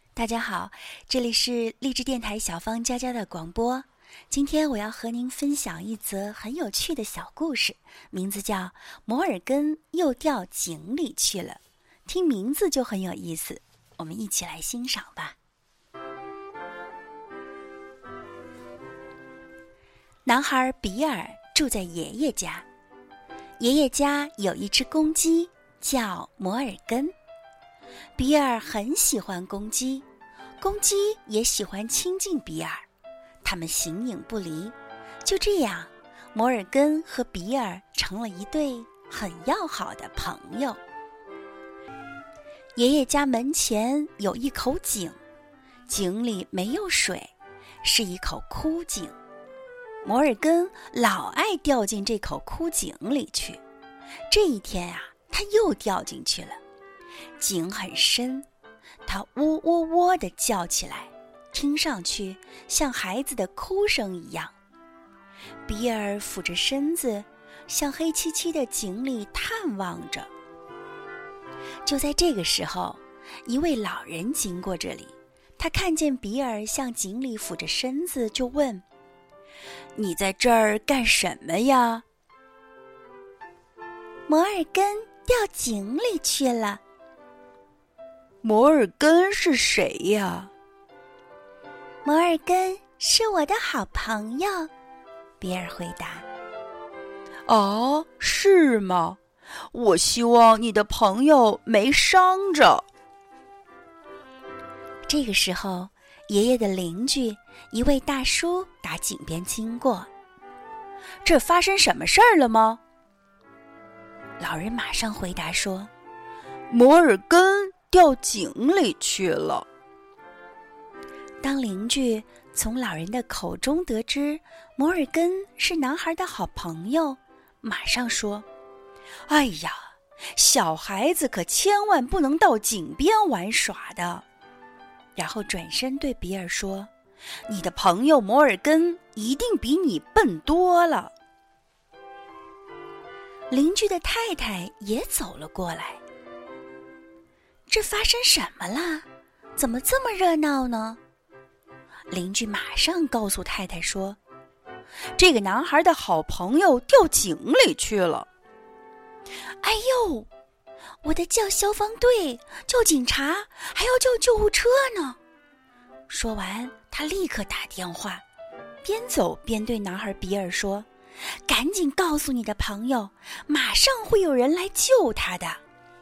大家好，这里是励志电台小芳佳佳的广播。今天我要和您分享一则很有趣的小故事，名字叫《摩尔根又掉井里去了》。听名字就很有意思，我们一起来欣赏吧。男孩比尔住在爷爷家，爷爷家有一只公鸡，叫摩尔根。比尔很喜欢公鸡，公鸡也喜欢亲近比尔，他们形影不离。就这样，摩尔根和比尔成了一对很要好的朋友。爷爷家门前有一口井，井里没有水，是一口枯井。摩尔根老爱掉进这口枯井里去，这一天啊，他又掉进去了。井很深，他喔喔喔地叫起来，听上去像孩子的哭声一样。比尔俯着身子，向黑漆漆的井里探望着。就在这个时候，一位老人经过这里，他看见比尔向井里俯着身子，就问：“你在这儿干什么呀？”摩尔根掉井里去了。摩尔根是谁呀？摩尔根是我的好朋友，比尔回答。哦，是吗？我希望你的朋友没伤着。这个时候，爷爷的邻居一位大叔打井边经过。这发生什么事儿了吗？老人马上回答说：摩尔根掉井里去了。当邻居从老人的口中得知摩尔根是男孩的好朋友，马上说：哎呀，小孩子可千万不能到井边玩耍的。然后转身对比尔说：你的朋友摩尔根一定比你笨多了。邻居的太太也走了过来。这发生什么了？怎么这么热闹呢？邻居马上告诉太太说：这个男孩的好朋友掉井里去了。哎呦，我得叫消防队，叫警察，还要叫救护车呢。说完，他立刻打电话，边走边对男孩比尔说：赶紧告诉你的朋友，马上会有人来救他的。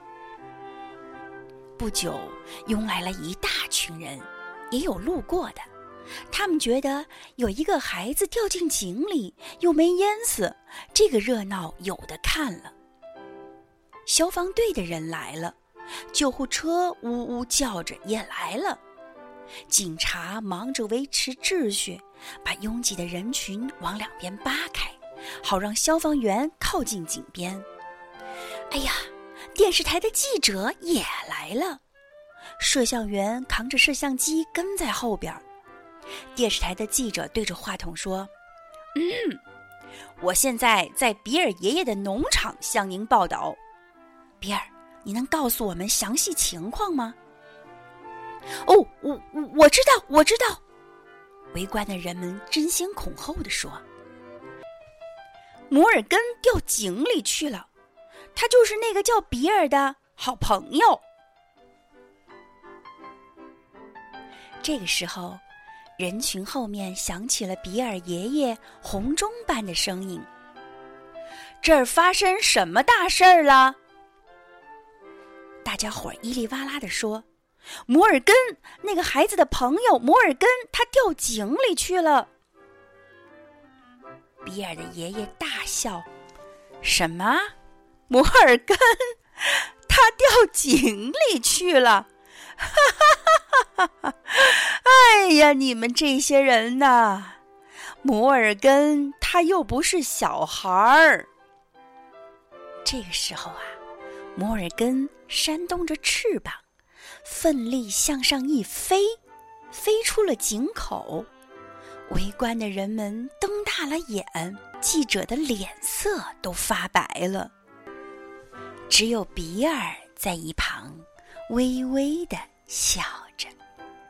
不久，涌来了一大群人，也有路过的。他们觉得有一个孩子掉进井里，又没淹死，这个热闹有的看了。消防队的人来了，救护车呜呜叫着也来了。警察忙着维持秩序，把拥挤的人群往两边扒开，好让消防员靠近井边。哎呀，电视台的记者也来了，摄像员扛着摄像机跟在后边。电视台的记者对着话筒说：我现在在比尔爷爷的农场向您报道。比尔，你能告诉我们详细情况吗？哦，我知道。围观的人们争先恐后地说：摩尔根掉井里去了，他就是那个叫比尔的好朋友。这个时候，人群后面响起了比尔爷爷洪钟般的声音：这儿发生什么大事儿了？大家伙儿叽里哇啦地说：摩尔根，那个孩子的朋友摩尔根，他掉井里去了。比尔的爷爷大笑：什么？摩尔根他掉井里去了？哈哈哈哈！哎呀，你们这些人呐，摩尔根他又不是小孩儿。这个时候啊，摩尔根扇动着翅膀，奋力向上一飞，飞出了井口。围观的人们瞪大了眼，记者的脸色都发白了。只有比尔在一旁微微地笑着。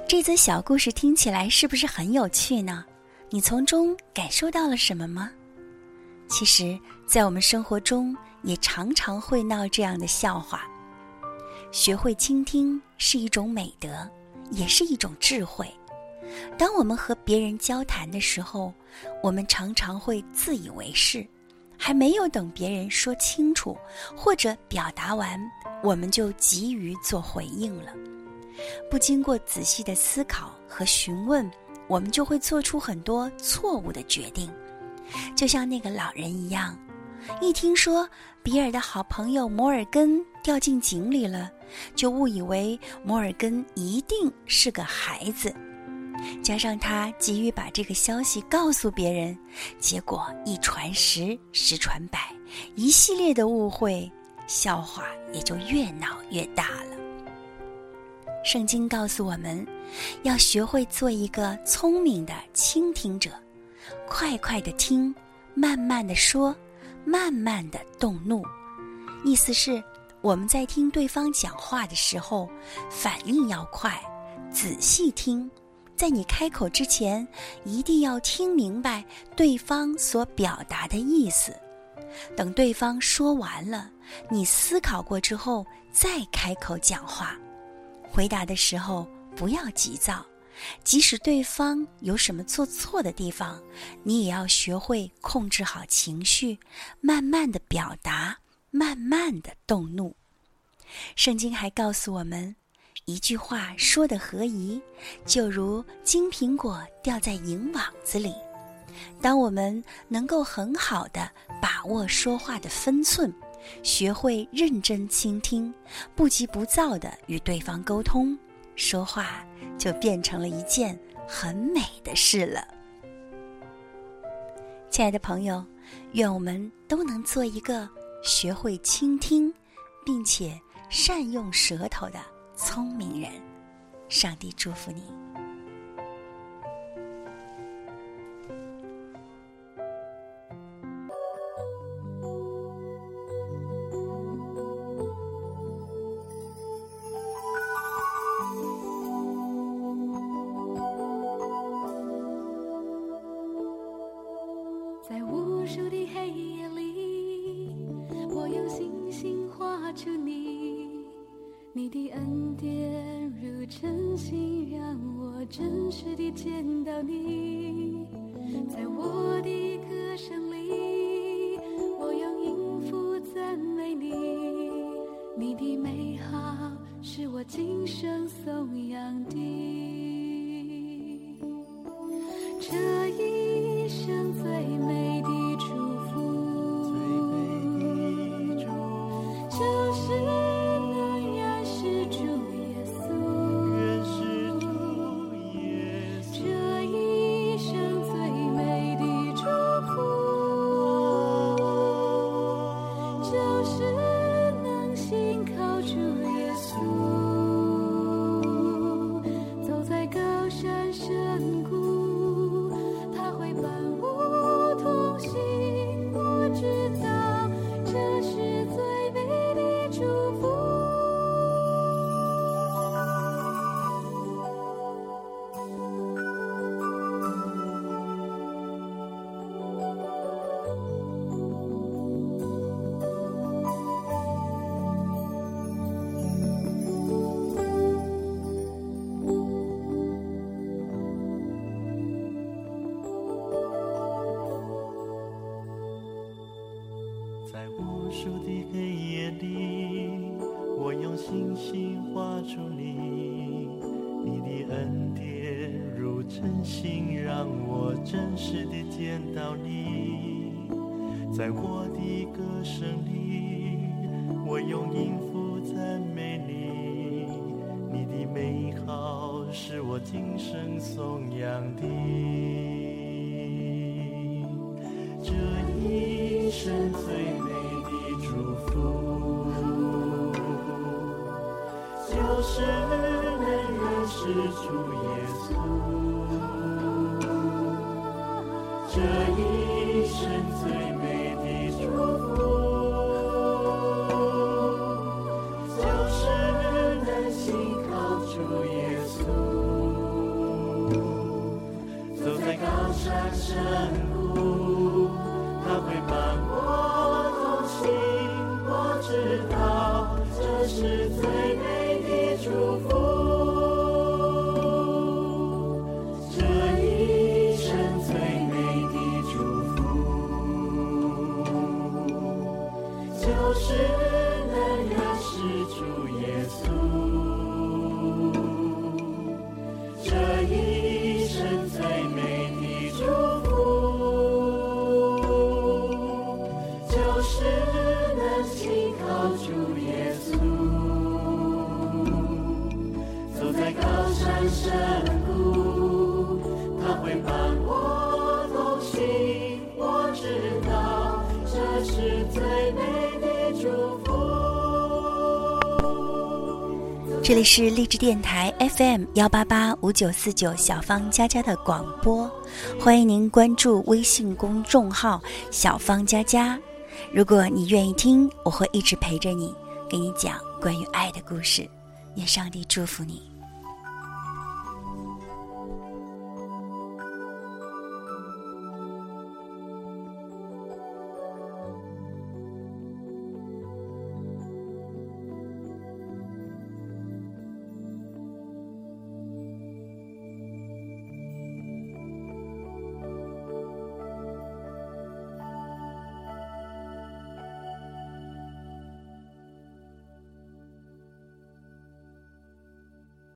这则小故事听起来是不是很有趣呢？你从中感受到了什么吗？其实，在我们生活中也常常会闹这样的笑话。学会倾听是一种美德，也是一种智慧。当我们和别人交谈的时候，我们常常会自以为是，还没有等别人说清楚或者表达完，我们就急于做回应了。不经过仔细的思考和询问，我们就会做出很多错误的决定。就像那个老人一样，一听说比尔的好朋友摩尔根掉进井里了，就误以为摩尔根一定是个孩子，加上他急于把这个消息告诉别人，结果一传十，十传百，一系列的误会，笑话也就越闹越大了。圣经告诉我们，要学会做一个聪明的倾听者，快快地听，慢慢地说，慢慢地动怒。意思是，我们在听对方讲话的时候，反应要快，仔细听，在你开口之前，一定要听明白对方所表达的意思。等对方说完了，你思考过之后，再开口讲话。回答的时候不要急躁，即使对方有什么做错的地方，你也要学会控制好情绪，慢慢地表达，慢慢地动怒。圣经还告诉我们，一句话说得合宜，就如金苹果掉在银网子里。当我们能够很好地把握说话的分寸，学会认真倾听，不急不躁地与对方沟通，说话就变成了一件很美的事了。亲爱的朋友，愿我们都能做一个学会倾听并且善用舌头的聪明人。上帝祝福你。 在无数的黑夜里，我用星星画出你，你的恩典如晨星，让我真实地见到你。在我的歌声里，我用音符赞美你，你的美好是我今生颂扬的。这一生最美的祝福，就是能认识主耶稣。这一生最美的祝福，就是能信靠主耶稣。走在高山深谷，他会伴我同行，我知道这是最美的祝福。 在无数的黑夜里，我用星星画出你，你的恩典如晨星，让我真实地见到你。在我的歌声里，我用音符赞美你，你的美好是我今生颂扬的。这一生最美的祝福，就是能认识主耶稣。这一生最美的祝福，就是能信靠主耶稣。 是最美的祝福。这一生最美的祝福，就是能认识主耶稣。这一生最美的祝福，就是能信靠主耶稣。走在高山深谷，他会伴我同行。我知道这是最美的祝福。 这里是励志电台 FM1885949小芳佳佳的广播，欢迎您关注微信公众号小芳佳佳。如果你愿意听，我会一直陪着你，给你讲关于爱的故事。愿上帝祝福你。